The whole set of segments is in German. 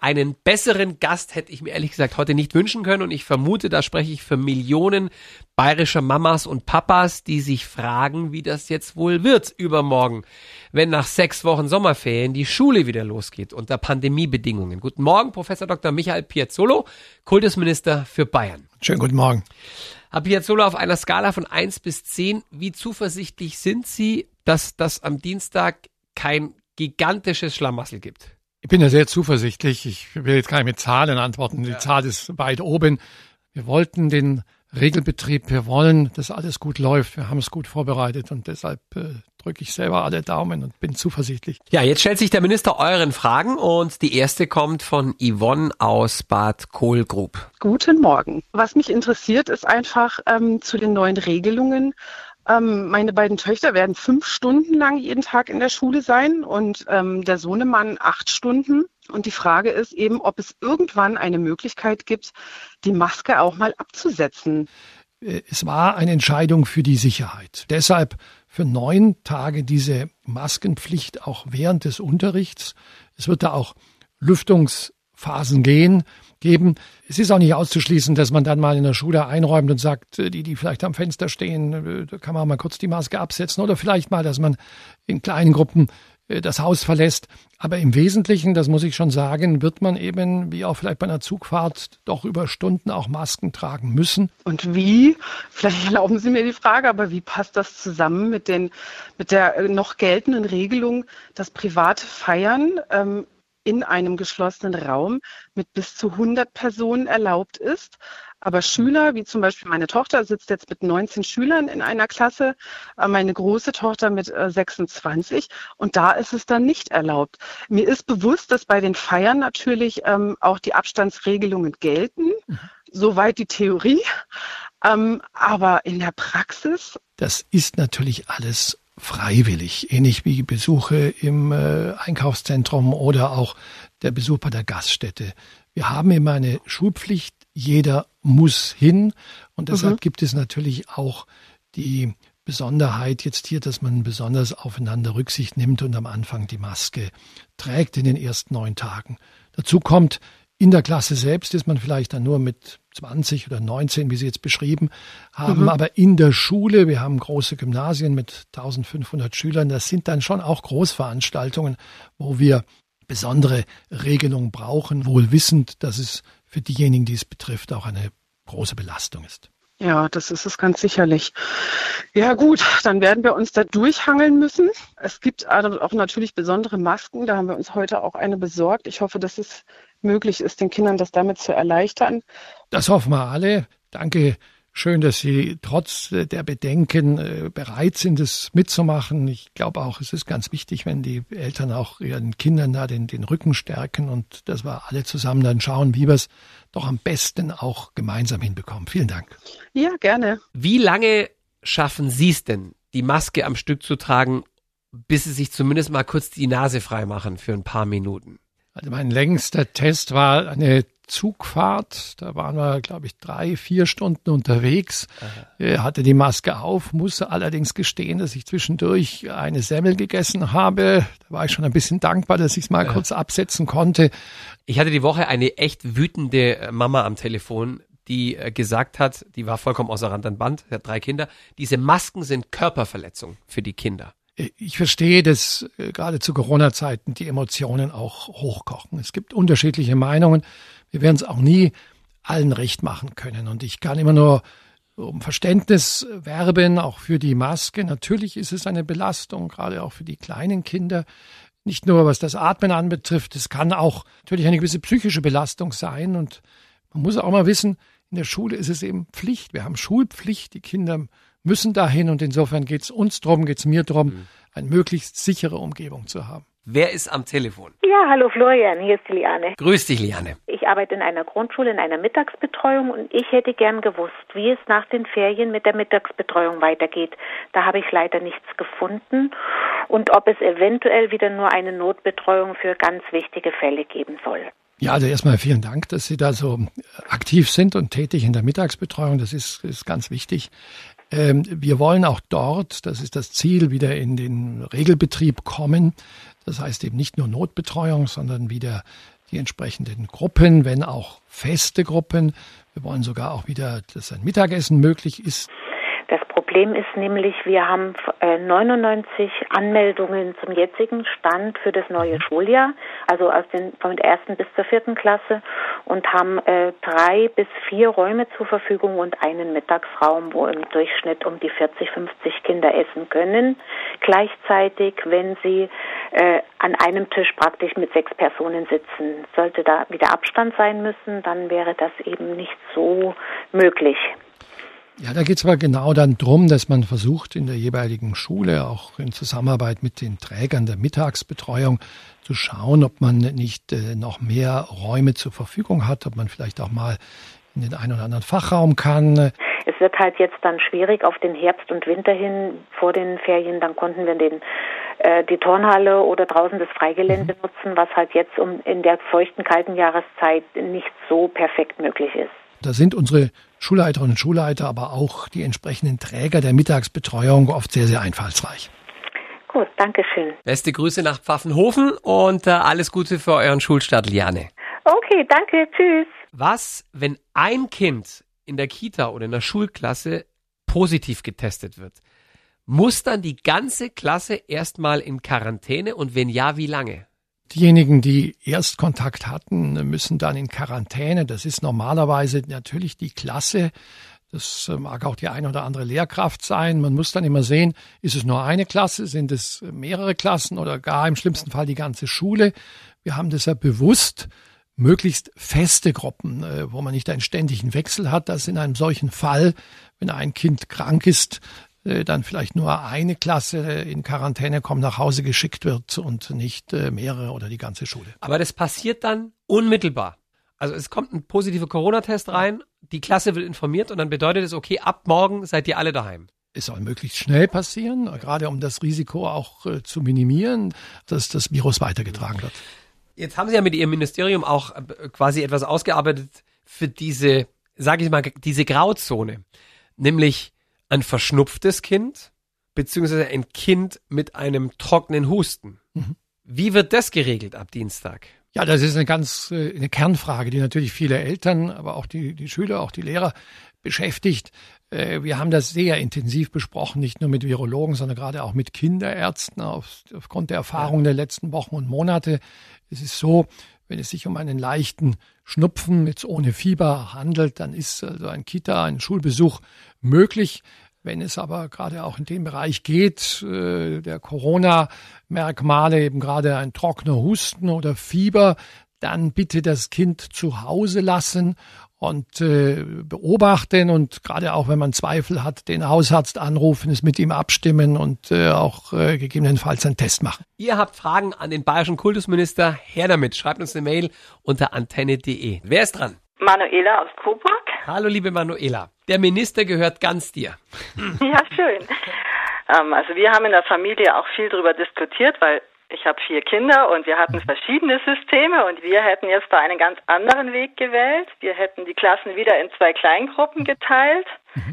Einen besseren Gast hätte ich mir ehrlich gesagt heute nicht wünschen können und ich vermute, da spreche ich für Millionen bayerischer Mamas und Papas, die sich fragen, wie das jetzt wohl wird übermorgen, wenn nach 6 Wochen Sommerferien die Schule wieder losgeht unter Pandemiebedingungen. Guten Morgen, Professor Dr. Michael Piazzolo, Kultusminister für Bayern. Schönen guten Morgen. Herr Piazzolo, auf einer Skala von 1 bis 10, wie zuversichtlich sind Sie, dass das am Dienstag kein gigantisches Schlamassel gibt? Ich bin ja sehr zuversichtlich. Ich will jetzt gar nicht mit Zahlen antworten. Die Zahl ist weit oben. Wir wollten den Regelbetrieb, wir wollen, dass alles gut läuft. Wir haben es gut vorbereitet und deshalb drücke ich selber alle Daumen und bin zuversichtlich. Ja, jetzt stellt sich der Minister euren Fragen und die erste kommt von Yvonne aus Bad Kohlgrub. Guten Morgen. Was mich interessiert, ist einfach zu den neuen Regelungen. Meine beiden Töchter werden 5 Stunden lang jeden Tag in der Schule sein und der Sohnemann 8 Stunden. Und die Frage ist eben, ob es irgendwann eine Möglichkeit gibt, die Maske auch mal abzusetzen. Es war eine Entscheidung für die Sicherheit. Deshalb für 9 Tage diese Maskenpflicht auch während des Unterrichts. Es wird da auch Lüftungsphasen geben. Es ist auch nicht auszuschließen, dass man dann mal in der Schule einräumt und sagt, die vielleicht am Fenster stehen, da kann man mal kurz die Maske absetzen oder vielleicht mal, dass man in kleinen Gruppen das Haus verlässt. Aber im Wesentlichen, das muss ich schon sagen, wird man eben, wie auch vielleicht bei einer Zugfahrt, doch über Stunden auch Masken tragen müssen. Und wie? Vielleicht erlauben Sie mir die Frage, aber wie passt das zusammen mit der noch geltenden Regelung, dass private Feiern in einem geschlossenen Raum mit bis zu 100 Personen erlaubt ist. Aber Schüler, wie zum Beispiel meine Tochter, sitzt jetzt mit 19 Schülern in einer Klasse, meine große Tochter mit 26 und da ist es dann nicht erlaubt. Mir ist bewusst, dass bei den Feiern natürlich auch die Abstandsregelungen gelten, soweit die Theorie, aber in der Praxis? Das ist natürlich alles freiwillig, ähnlich wie Besuche im Einkaufszentrum oder auch der Besuch bei der Gaststätte. Wir haben immer eine Schulpflicht, jeder muss hin und deshalb gibt es natürlich auch die Besonderheit jetzt hier, dass man besonders aufeinander Rücksicht nimmt und am Anfang die Maske trägt in den ersten 9 Tagen. Dazu kommt, in der Klasse selbst ist man vielleicht dann nur mit 20 oder 19, wie Sie jetzt beschrieben haben, aber in der Schule, wir haben große Gymnasien mit 1500 Schülern, das sind dann schon auch Großveranstaltungen, wo wir besondere Regelungen brauchen, wohl wissend, dass es für diejenigen, die es betrifft, auch eine große Belastung ist. Ja, das ist es ganz sicherlich. Ja gut, dann werden wir uns da durchhangeln müssen. Es gibt auch natürlich besondere Masken, da haben wir uns heute auch eine besorgt. Ich hoffe, dass es möglich ist, den Kindern das damit zu erleichtern. Das hoffen wir alle. Danke. Schön, dass Sie trotz der Bedenken bereit sind, es mitzumachen. Ich glaube auch, es ist ganz wichtig, wenn die Eltern auch ihren Kindern da den Rücken stärken und dass wir alle zusammen dann schauen, wie wir es doch am besten auch gemeinsam hinbekommen. Vielen Dank. Ja, gerne. Wie lange schaffen Sie es denn, die Maske am Stück zu tragen, bis Sie sich zumindest mal kurz die Nase frei machen für ein paar Minuten? Also mein längster Test war eine Zugfahrt. Da waren wir, glaube ich, 3-4 Stunden unterwegs. Hatte die Maske auf, musste allerdings gestehen, dass ich zwischendurch eine Semmel gegessen habe. Da war ich schon ein bisschen dankbar, dass ich es mal kurz absetzen konnte. Ich hatte die Woche eine echt wütende Mama am Telefon, die gesagt hat, die war vollkommen außer Rand und Band, sie hat 3 Kinder, diese Masken sind Körperverletzung für die Kinder. Ich verstehe, dass gerade zu Corona-Zeiten die Emotionen auch hochkochen. Es gibt unterschiedliche Meinungen. Wir werden es auch nie allen recht machen können. Und ich kann immer nur um Verständnis werben, auch für die Maske. Natürlich ist es eine Belastung, gerade auch für die kleinen Kinder. Nicht nur was das Atmen anbetrifft, es kann auch natürlich eine gewisse psychische Belastung sein. Und man muss auch mal wissen, in der Schule ist es eben Pflicht. Wir haben Schulpflicht, die Kinder müssen dahin und insofern geht es uns drum, geht es mir drum, eine möglichst sichere Umgebung zu haben. Wer ist am Telefon? Ja, hallo Florian, hier ist die Liane. Grüß dich, Liane. Ich arbeite in einer Grundschule, in einer Mittagsbetreuung und ich hätte gern gewusst, wie es nach den Ferien mit der Mittagsbetreuung weitergeht. Da habe ich leider nichts gefunden und ob es eventuell wieder nur eine Notbetreuung für ganz wichtige Fälle geben soll. Ja, also erstmal vielen Dank, dass Sie da so aktiv sind und tätig in der Mittagsbetreuung. Das ist ganz wichtig. Wir wollen auch dort, das ist das Ziel, wieder in den Regelbetrieb kommen. Das heißt eben nicht nur Notbetreuung, sondern wieder die entsprechenden Gruppen, wenn auch feste Gruppen. Wir wollen sogar auch wieder, dass ein Mittagessen möglich ist. Das Problem ist nämlich, wir haben 99 Anmeldungen zum jetzigen Stand für das neue Schuljahr, also von der 1. bis zur 4. Klasse, und haben 3 bis 4 Räume zur Verfügung und einen Mittagsraum, wo im Durchschnitt um die 40, 50 Kinder essen können. Gleichzeitig, wenn sie an einem Tisch praktisch mit 6 Personen sitzen. Sollte da wieder Abstand sein müssen, dann wäre das eben nicht so möglich. Ja, da geht es aber genau dann drum, dass man versucht, in der jeweiligen Schule, auch in Zusammenarbeit mit den Trägern der Mittagsbetreuung, zu schauen, ob man nicht noch mehr Räume zur Verfügung hat, ob man vielleicht auch mal in den einen oder anderen Fachraum kann. Es wird halt jetzt dann schwierig auf den Herbst und Winter hin vor den Ferien. Dann konnten wir die Turnhalle oder draußen das Freigelände nutzen, was halt jetzt in der feuchten, kalten Jahreszeit nicht so perfekt möglich ist. Da sind unsere Schulleiterinnen und Schulleiter, aber auch die entsprechenden Träger der Mittagsbetreuung oft sehr, sehr einfallsreich. Gut, danke schön. Beste Grüße nach Pfaffenhofen und alles Gute für euren Schulstart, Liane. Okay, danke, tschüss. Was, wenn ein Kind in der Kita oder in der Schulklasse positiv getestet wird? Muss dann die ganze Klasse erstmal in Quarantäne und wenn ja, wie lange? Diejenigen, die Erstkontakt hatten, müssen dann in Quarantäne. Das ist normalerweise natürlich die Klasse. Das mag auch die eine oder andere Lehrkraft sein. Man muss dann immer sehen, ist es nur eine Klasse, sind es mehrere Klassen oder gar im schlimmsten Fall die ganze Schule. Wir haben deshalb bewusst möglichst feste Gruppen, wo man nicht einen ständigen Wechsel hat, dass in einem solchen Fall, wenn ein Kind krank ist, dann vielleicht nur eine Klasse in Quarantäne kommt, nach Hause geschickt wird und nicht mehrere oder die ganze Schule. Aber das passiert dann unmittelbar. Also es kommt ein positiver Corona-Test rein, die Klasse wird informiert und dann bedeutet es, okay, ab morgen seid ihr alle daheim. Es soll möglichst schnell passieren, gerade um das Risiko auch zu minimieren, dass das Virus weitergetragen wird. Jetzt haben Sie ja mit Ihrem Ministerium auch quasi etwas ausgearbeitet für diese, sage ich mal, diese Grauzone, nämlich ein verschnupftes Kind beziehungsweise ein Kind mit einem trockenen Husten. Mhm. Wie wird das geregelt ab Dienstag? Ja, das ist eine Kernfrage, die natürlich viele Eltern, aber auch die Schüler, auch die Lehrer beschäftigt. Wir haben das sehr intensiv besprochen, nicht nur mit Virologen, sondern gerade auch mit Kinderärzten aufgrund der Erfahrungen der letzten Wochen und Monate. Es ist so, wenn es sich um einen leichten Schnupfen jetzt ohne Fieber handelt, dann ist also ein Schulbesuch möglich. Wenn es aber gerade auch in dem Bereich geht, der Corona-Merkmale, eben gerade ein trockener Husten oder Fieber, dann bitte das Kind zu Hause lassen und beobachten und gerade auch, wenn man Zweifel hat, den Hausarzt anrufen, es mit ihm abstimmen und auch gegebenenfalls einen Test machen. Ihr habt Fragen an den bayerischen Kultusminister, her damit. Schreibt uns eine Mail unter antenne.de. Wer ist dran? Manuela aus Coburg. Hallo liebe Manuela, der Minister gehört ganz dir. Ja, schön. Also wir haben in der Familie auch viel darüber diskutiert, weil ich habe 4 Kinder und wir hatten verschiedene Systeme und wir hätten jetzt da einen ganz anderen Weg gewählt. Wir hätten die Klassen wieder in 2 Kleingruppen geteilt,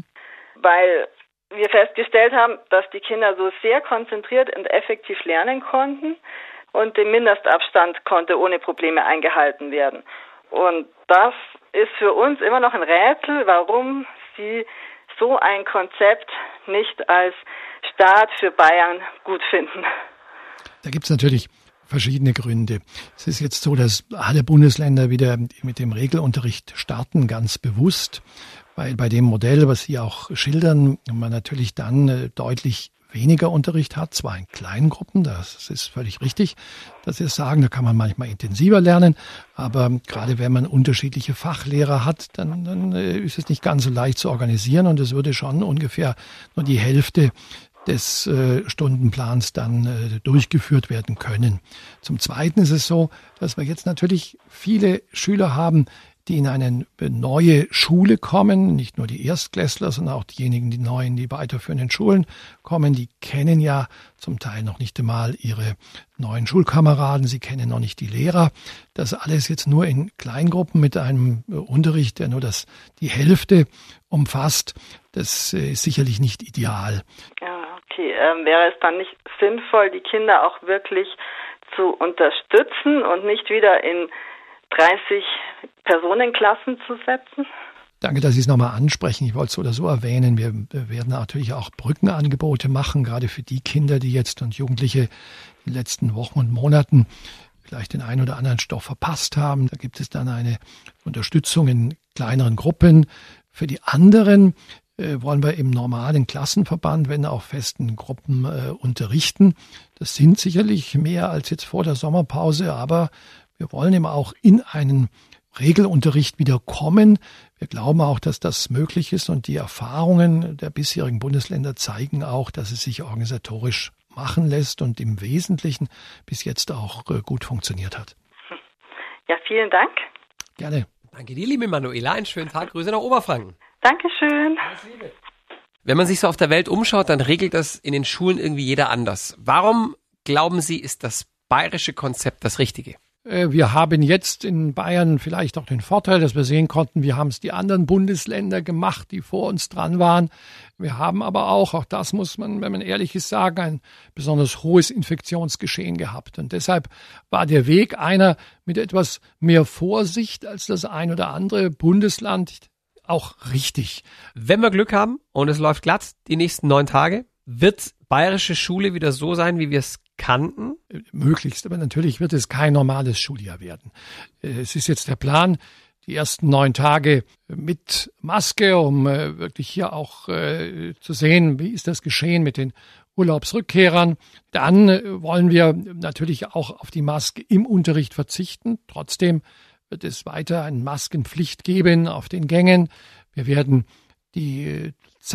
weil wir festgestellt haben, dass die Kinder so sehr konzentriert und effektiv lernen konnten und der Mindestabstand konnte ohne Probleme eingehalten werden. Und das ist für uns immer noch ein Rätsel, warum Sie so ein Konzept nicht als Staat für Bayern gut finden. Da gibt es natürlich verschiedene Gründe. Es ist jetzt so, dass alle Bundesländer wieder mit dem Regelunterricht starten, ganz bewusst, weil bei dem Modell, was Sie auch schildern, man natürlich dann deutlich weniger Unterricht hat, zwar in kleinen Gruppen, das ist völlig richtig, dass Sie es sagen, da kann man manchmal intensiver lernen, aber gerade wenn man unterschiedliche Fachlehrer hat, dann ist es nicht ganz so leicht zu organisieren und es würde schon ungefähr nur die Hälfte des Stundenplans dann durchgeführt werden können. Zum Zweiten ist es so, dass wir jetzt natürlich viele Schüler haben, die in eine neue Schule kommen, nicht nur die Erstklässler, sondern auch diejenigen, die neu in die weiterführenden Schulen kommen, die kennen ja zum Teil noch nicht einmal ihre neuen Schulkameraden, sie kennen noch nicht die Lehrer. Das alles jetzt nur in Kleingruppen mit einem Unterricht, der nur die Hälfte umfasst, das ist sicherlich nicht ideal. Ja, okay. Wäre es dann nicht sinnvoll, die Kinder auch wirklich zu unterstützen und nicht wieder in 30 Personenklassen zu setzen? Danke, dass Sie es nochmal ansprechen. Ich wollte es so oder so erwähnen. Wir werden natürlich auch Brückenangebote machen, gerade für die Kinder, die jetzt und Jugendliche in den letzten Wochen und Monaten vielleicht den einen oder anderen Stoff verpasst haben. Da gibt es dann eine Unterstützung in kleineren Gruppen. Für die anderen wollen wir im normalen Klassenverband, wenn auch festen Gruppen, unterrichten. Das sind sicherlich mehr als jetzt vor der Sommerpause, aber wir wollen eben auch in einen Regelunterricht wieder kommen. Wir glauben auch, dass das möglich ist und die Erfahrungen der bisherigen Bundesländer zeigen auch, dass es sich organisatorisch machen lässt und im Wesentlichen bis jetzt auch gut funktioniert hat. Ja, vielen Dank. Gerne. Danke dir, liebe Manuela. Einen schönen Tag. Grüße nach Oberfranken. Dankeschön. Wenn man sich so auf der Welt umschaut, dann regelt das in den Schulen irgendwie jeder anders. Warum, glauben Sie, ist das bayerische Konzept das Richtige? Wir haben jetzt in Bayern vielleicht auch den Vorteil, dass wir sehen konnten, wie haben es die anderen Bundesländer gemacht, die vor uns dran waren. Wir haben aber auch das muss man, wenn man ehrlich ist, sagen, ein besonders hohes Infektionsgeschehen gehabt. Und deshalb war der Weg einer mit etwas mehr Vorsicht als das ein oder andere Bundesland auch richtig. Wenn wir Glück haben und es läuft glatt die nächsten 9 Tage, wird bayerische Schule wieder so sein, wie wir es kannten? Möglichst, aber natürlich wird es kein normales Schuljahr werden. Es ist jetzt der Plan, die ersten 9 Tage mit Maske, um wirklich hier auch zu sehen, wie ist das geschehen mit den Urlaubsrückkehrern. Dann wollen wir natürlich auch auf die Maske im Unterricht verzichten. Trotzdem wird es weiter eine Maskenpflicht geben auf den Gängen. Wir werden die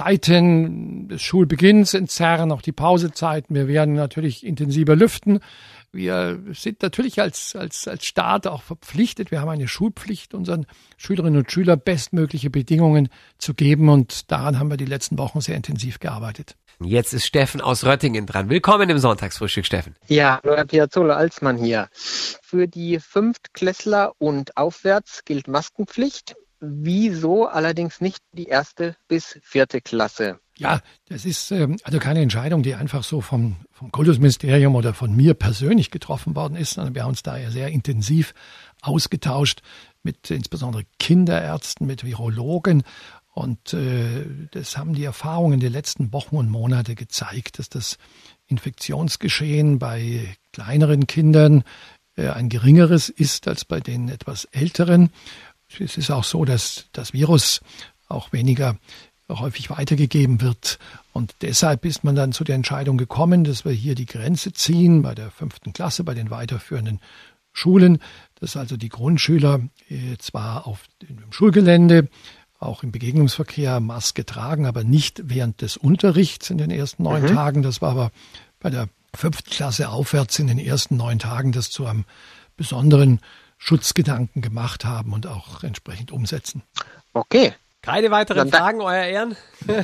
Zeiten des Schulbeginns entzerren, auch die Pausezeiten. Wir werden natürlich intensiver lüften. Wir sind natürlich als Staat auch verpflichtet. Wir haben eine Schulpflicht, unseren Schülerinnen und Schülern bestmögliche Bedingungen zu geben. Und daran haben wir die letzten Wochen sehr intensiv gearbeitet. Jetzt ist Steffen aus Röttingen dran. Willkommen im Sonntagsfrühstück, Steffen. Ja, hallo Herr Piazzolla-Alsmann hier. Für die Fünftklässler und aufwärts gilt Maskenpflicht. Wieso allerdings nicht die 1. bis 4. Klasse? Ja, das ist also keine Entscheidung, die einfach so vom Kultusministerium oder von mir persönlich getroffen worden ist, sondern wir haben uns da ja sehr intensiv ausgetauscht mit insbesondere Kinderärzten, mit Virologen. Und das haben die Erfahrungen der letzten Wochen und Monate gezeigt, dass das Infektionsgeschehen bei kleineren Kindern ein geringeres ist als bei den etwas älteren. Es ist auch so, dass das Virus auch weniger häufig weitergegeben wird. Und deshalb ist man dann zu der Entscheidung gekommen, dass wir hier die Grenze ziehen bei der 5. Klasse, bei den weiterführenden Schulen, dass also die Grundschüler zwar auf dem Schulgelände, auch im Begegnungsverkehr Maske tragen, aber nicht während des Unterrichts in den ersten 9 Tagen. Das war aber bei der 5. Klasse aufwärts in den ersten 9 Tagen das zu einem besonderen Schutzgedanken gemacht haben und auch entsprechend umsetzen. Okay. Keine weiteren Fragen, Euer Ehren?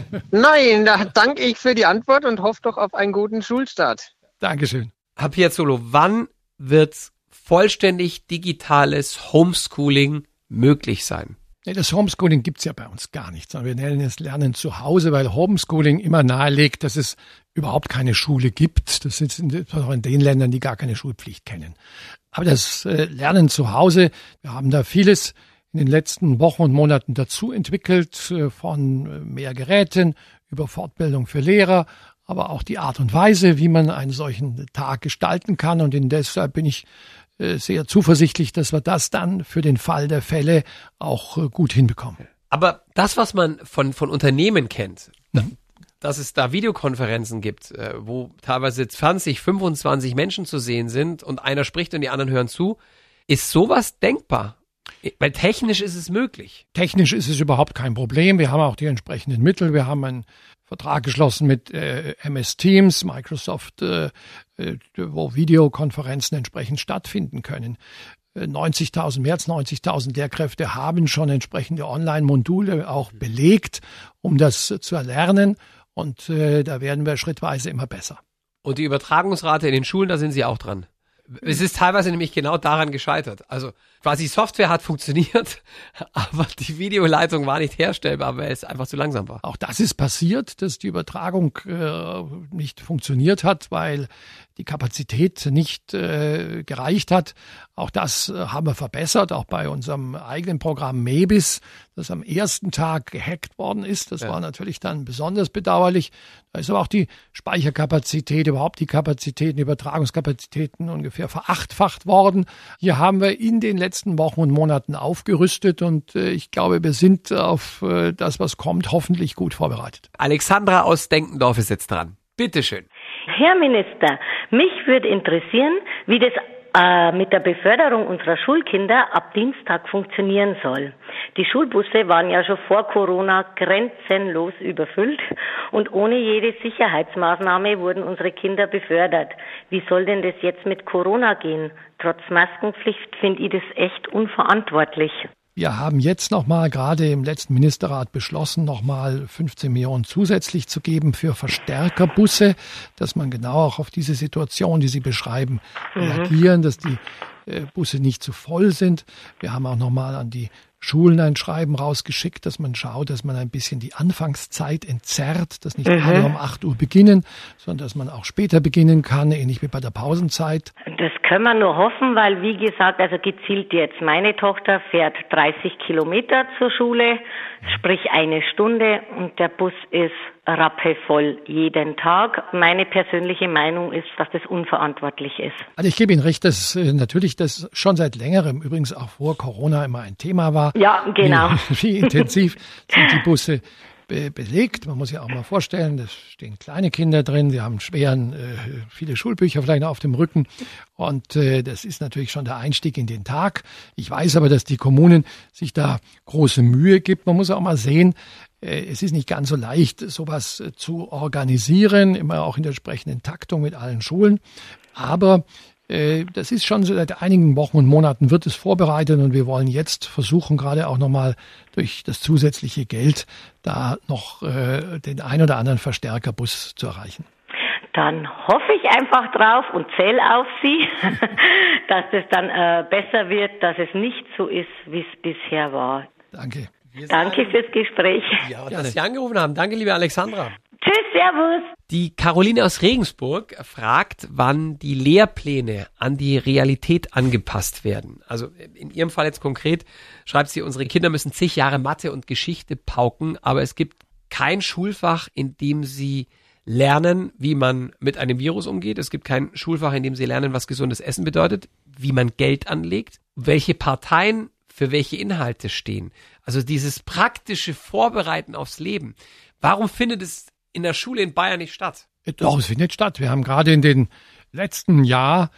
Nein, da danke ich für die Antwort und hoffe doch auf einen guten Schulstart. Dankeschön. Herr Piazzolo, wann wird vollständig digitales Homeschooling möglich sein? Nee, das Homeschooling gibt's ja bei uns gar nicht, sondern wir nennen es Lernen zu Hause, weil Homeschooling immer nahelegt, dass es überhaupt keine Schule gibt. Das ist auch in den Ländern, die gar keine Schulpflicht kennen. Aber das Lernen zu Hause, wir haben da vieles in den letzten Wochen und Monaten dazu entwickelt, von mehr Geräten über Fortbildung für Lehrer, aber auch die Art und Weise, wie man einen solchen Tag gestalten kann. Und deshalb bin ich sehr zuversichtlich, dass wir das dann für den Fall der Fälle auch gut hinbekommen. Aber das, was man von Unternehmen kennt, dass es da Videokonferenzen gibt, wo teilweise 20, 25 Menschen zu sehen sind und einer spricht und die anderen hören zu, ist sowas denkbar? Weil technisch ist es möglich. Technisch ist es überhaupt kein Problem. Wir haben auch die entsprechenden Mittel. Wir haben einen Vertrag geschlossen mit MS Teams, Microsoft, wo Videokonferenzen entsprechend stattfinden können. Mehr als 90.000 Lehrkräfte haben schon entsprechende Online-Module auch belegt, um das zu erlernen. Und da werden wir schrittweise immer besser. Und die Übertragungsrate in den Schulen, da sind Sie auch dran. Es ist teilweise nämlich genau daran gescheitert. Also Quasi Software hat funktioniert, aber die Videoleitung war nicht herstellbar, weil es einfach zu langsam war. Auch das ist passiert, dass die Übertragung nicht funktioniert hat, weil die Kapazität nicht gereicht hat. Auch das haben wir verbessert, auch bei unserem eigenen Programm MEBIS, das am ersten Tag gehackt worden ist. Das war natürlich dann besonders bedauerlich. Da ist aber auch die Speicherkapazität, überhaupt die Kapazitäten, die Übertragungskapazitäten ungefähr verachtfacht worden. Hier haben wir in den letzten Wochen und Monaten aufgerüstet und ich glaube, wir sind auf das, was kommt, hoffentlich gut vorbereitet. Alexandra aus Denkendorf ist jetzt dran. Bitteschön. Herr Minister, mich würde interessieren, wie das mit der Beförderung unserer Schulkinder ab Dienstag funktionieren soll. Die Schulbusse waren ja schon vor Corona grenzenlos überfüllt und ohne jede Sicherheitsmaßnahme wurden unsere Kinder befördert. Wie soll denn das jetzt mit Corona gehen? Trotz Maskenpflicht finde ich das echt unverantwortlich. Wir haben jetzt nochmal gerade im letzten Ministerrat beschlossen, nochmal 15 Millionen zusätzlich zu geben für Verstärkerbusse, dass man genau auch auf diese Situation, die Sie beschreiben, reagieren, dass die Busse nicht zu voll sind. Wir haben auch nochmal an die Schulen ein Schreiben rausgeschickt, dass man schaut, dass man ein bisschen die Anfangszeit entzerrt, dass nicht alle um 8 Uhr beginnen, sondern dass man auch später beginnen kann, ähnlich wie bei der Pausenzeit. Das können wir nur hoffen, weil, wie gesagt, also gezielt jetzt meine Tochter fährt 30 Kilometer zur Schule, sprich 1 Stunde und der Bus ist rappevoll jeden Tag. Meine persönliche Meinung ist, dass das unverantwortlich ist. Also ich gebe Ihnen recht, dass natürlich das schon seit längerem, übrigens auch vor Corona, immer ein Thema war. Ja, genau. Wie intensiv sind die Busse belegt. Man muss ja auch mal vorstellen, da stehen kleine Kinder drin, sie haben viele Schulbücher vielleicht noch auf dem Rücken und das ist natürlich schon der Einstieg in den Tag. Ich weiß aber, dass die Kommunen sich da große Mühe gibt. Man muss auch mal sehen, es ist nicht ganz so leicht, sowas zu organisieren, immer auch in der entsprechenden Taktung mit allen Schulen, aber das ist schon seit einigen Wochen und Monaten wird es vorbereitet und wir wollen jetzt versuchen, gerade auch nochmal durch das zusätzliche Geld da noch den ein oder anderen Verstärkerbus zu erreichen. Dann hoffe ich einfach drauf und zähle auf Sie, dass das dann besser wird, dass es nicht so ist, wie es bisher war. Danke. Danke fürs Gespräch. Ja, dass Sie angerufen haben. Danke, liebe Alexandra. Tschüss, servus. Die Caroline aus Regensburg fragt, wann die Lehrpläne an die Realität angepasst werden. Also in ihrem Fall jetzt konkret schreibt sie, unsere Kinder müssen zig Jahre Mathe und Geschichte pauken, aber es gibt kein Schulfach, in dem sie lernen, wie man mit einem Virus umgeht. Es gibt kein Schulfach, in dem sie lernen, was gesundes Essen bedeutet, wie man Geld anlegt, welche Parteien für welche Inhalte stehen. Also dieses praktische Vorbereiten aufs Leben. Warum findet es in der Schule in Bayern nicht statt? Doch, es findet statt. Wir haben gerade in den letzten Jahr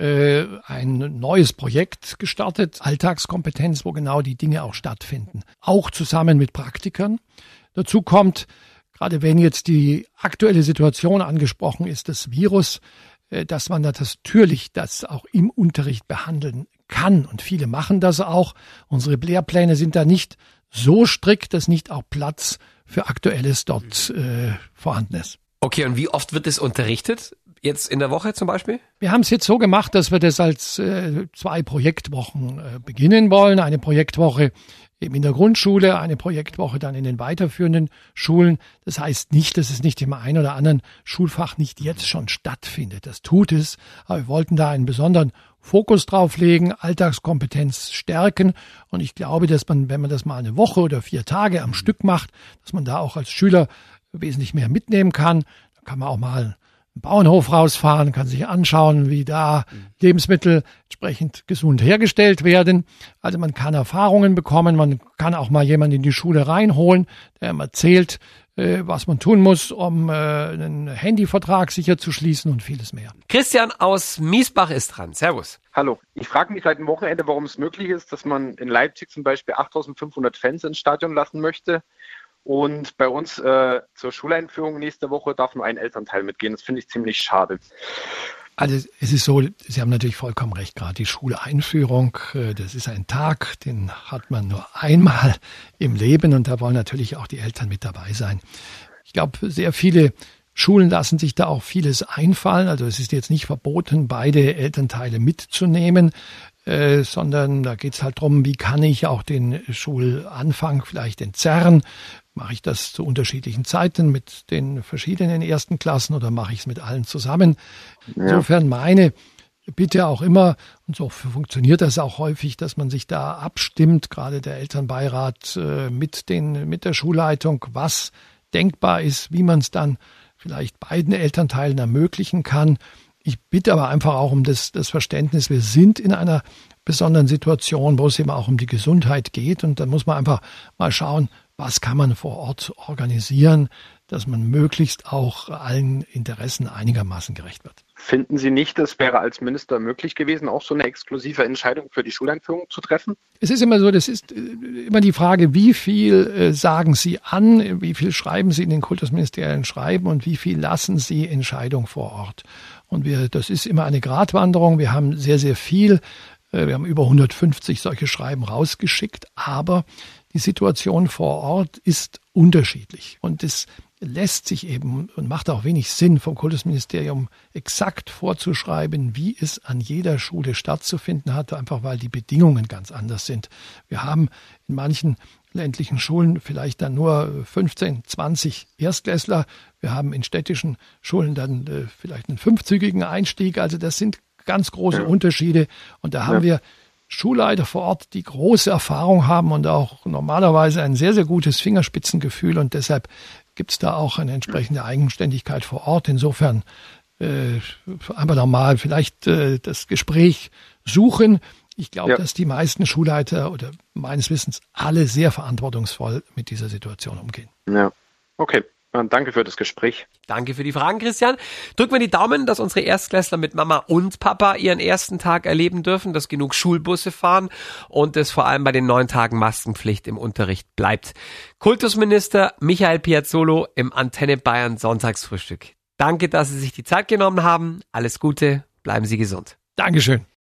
ein neues Projekt gestartet, Alltagskompetenz, wo genau die Dinge auch stattfinden. Auch zusammen mit Praktikern. Dazu kommt, gerade wenn jetzt die aktuelle Situation angesprochen ist, das Virus, dass man natürlich das auch im Unterricht behandeln kann. Und viele machen das auch. Unsere Lehrpläne sind da nicht so strikt, dass nicht auch Platz für Aktuelles dort vorhanden ist. Okay, und wie oft wird es unterrichtet? Jetzt in der Woche zum Beispiel? Wir haben es jetzt so gemacht, dass wir das als 2 Projektwochen beginnen wollen. Eine Projektwoche eben in der Grundschule, eine Projektwoche dann in den weiterführenden Schulen. Das heißt nicht, dass es nicht im einen oder anderen Schulfach nicht jetzt schon stattfindet. Das tut es, aber wir wollten da einen besonderen Fokus drauf legen, Alltagskompetenz stärken. Und ich glaube, dass man, wenn man das mal eine Woche oder 4 Tage am Stück macht, dass man da auch als Schüler wesentlich mehr mitnehmen kann. Da kann man auch mal einen Bauernhof rausfahren, kann sich anschauen, wie da Lebensmittel entsprechend gesund hergestellt werden. Also man kann Erfahrungen bekommen, man kann auch mal jemanden in die Schule reinholen, der ihm erzählt, was man tun muss, um einen Handyvertrag sicher zu schließen und vieles mehr. Christian aus Miesbach ist dran. Servus. Hallo. Ich frage mich seit dem Wochenende, warum es möglich ist, dass man in Leipzig zum Beispiel 8.500 Fans ins Stadion lassen möchte. Und bei uns zur Schuleinführung nächste Woche darf nur ein Elternteil mitgehen. Das finde ich ziemlich schade. Also es ist so, Sie haben natürlich vollkommen recht, gerade die Schuleinführung, das ist ein Tag, den hat man nur einmal im Leben und da wollen natürlich auch die Eltern mit dabei sein. Ich glaube, sehr viele Schulen lassen sich da auch vieles einfallen. Also es ist jetzt nicht verboten, beide Elternteile mitzunehmen. sondern da geht's halt drum, wie kann ich auch den Schulanfang vielleicht entzerren? Mache ich das zu unterschiedlichen Zeiten mit den verschiedenen ersten Klassen oder mache ich es mit allen zusammen? Insofern meine Bitte auch immer, und so funktioniert das auch häufig, dass man sich da abstimmt, gerade der Elternbeirat mit der Schulleitung, was denkbar ist, wie man es dann vielleicht beiden Elternteilen ermöglichen kann. Ich bitte aber einfach auch um das Verständnis, wir sind in einer besonderen Situation, wo es eben auch um die Gesundheit geht, und da muss man einfach mal schauen, was kann man vor Ort organisieren, dass man möglichst auch allen Interessen einigermaßen gerecht wird. Finden Sie nicht, es wäre als Minister möglich gewesen, auch so eine exklusive Entscheidung für die Schuleinführung zu treffen? Es ist immer so, das ist immer die Frage, wie viel sagen Sie an, wie viel schreiben Sie in den Kultusministerien schreiben und wie viel lassen Sie Entscheidung vor Ort. Und das ist immer eine Gratwanderung. Wir haben sehr, sehr viel. Wir haben über 150 solche Schreiben rausgeschickt, aber die Situation vor Ort ist unterschiedlich. Und es lässt sich eben und macht auch wenig Sinn, vom Kultusministerium exakt vorzuschreiben, wie es an jeder Schule stattzufinden hat, einfach weil die Bedingungen ganz anders sind. Wir haben in manchen ländlichen Schulen vielleicht dann nur 15, 20 Erstklässler. Wir haben in städtischen Schulen dann vielleicht einen 5-zügigen Einstieg. Also das sind ganz große Unterschiede. Und da haben wir Schulleiter vor Ort, die große Erfahrung haben und auch normalerweise ein sehr, sehr gutes Fingerspitzengefühl. Und deshalb gibt es da auch eine entsprechende Eigenständigkeit vor Ort. Insofern einfach nochmal vielleicht das Gespräch suchen. Ich glaube, dass die meisten Schulleiter oder meines Wissens alle sehr verantwortungsvoll mit dieser Situation umgehen. Ja, okay. Danke für das Gespräch. Danke für die Fragen, Christian. Drücken wir die Daumen, dass unsere Erstklässler mit Mama und Papa ihren ersten Tag erleben dürfen, dass genug Schulbusse fahren und es vor allem bei den 9 Tagen Maskenpflicht im Unterricht bleibt. Kultusminister Michael Piazzolo im Antenne Bayern Sonntagsfrühstück. Danke, dass Sie sich die Zeit genommen haben. Alles Gute, bleiben Sie gesund. Dankeschön.